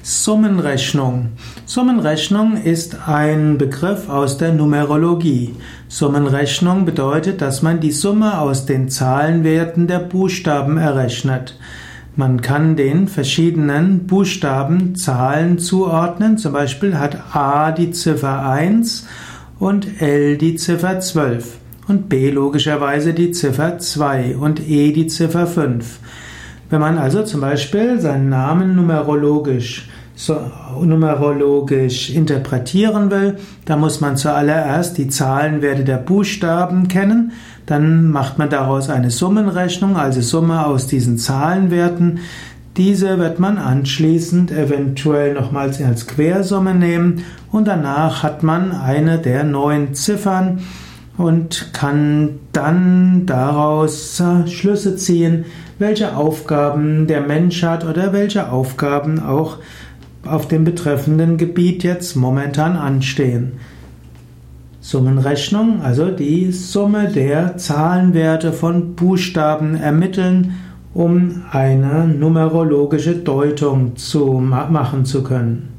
Summenrechnung. Summenrechnung ist ein Begriff aus der Numerologie. Summenrechnung bedeutet, dass man die Summe aus den Zahlenwerten der Buchstaben errechnet. Man kann den verschiedenen Buchstaben Zahlen zuordnen. Zum Beispiel hat A die Ziffer 1 und L die Ziffer 12 und B logischerweise die Ziffer 2 und E die Ziffer 5. Wenn man also zum Beispiel seinen Namen numerologisch interpretieren will, dann muss man zuallererst die Zahlenwerte der Buchstaben kennen, dann macht man daraus eine Summenrechnung, also Summe aus diesen Zahlenwerten. Diese wird man anschließend eventuell nochmals als Quersumme nehmen und danach hat man eine der 9 Ziffern und kann dann daraus Schlüsse ziehen, welche Aufgaben der Mensch hat oder welche Aufgaben auch auf dem betreffenden Gebiet jetzt momentan anstehen. Summenrechnung, also die Summe der Zahlenwerte von Buchstaben ermitteln, um eine numerologische Deutung machen zu können.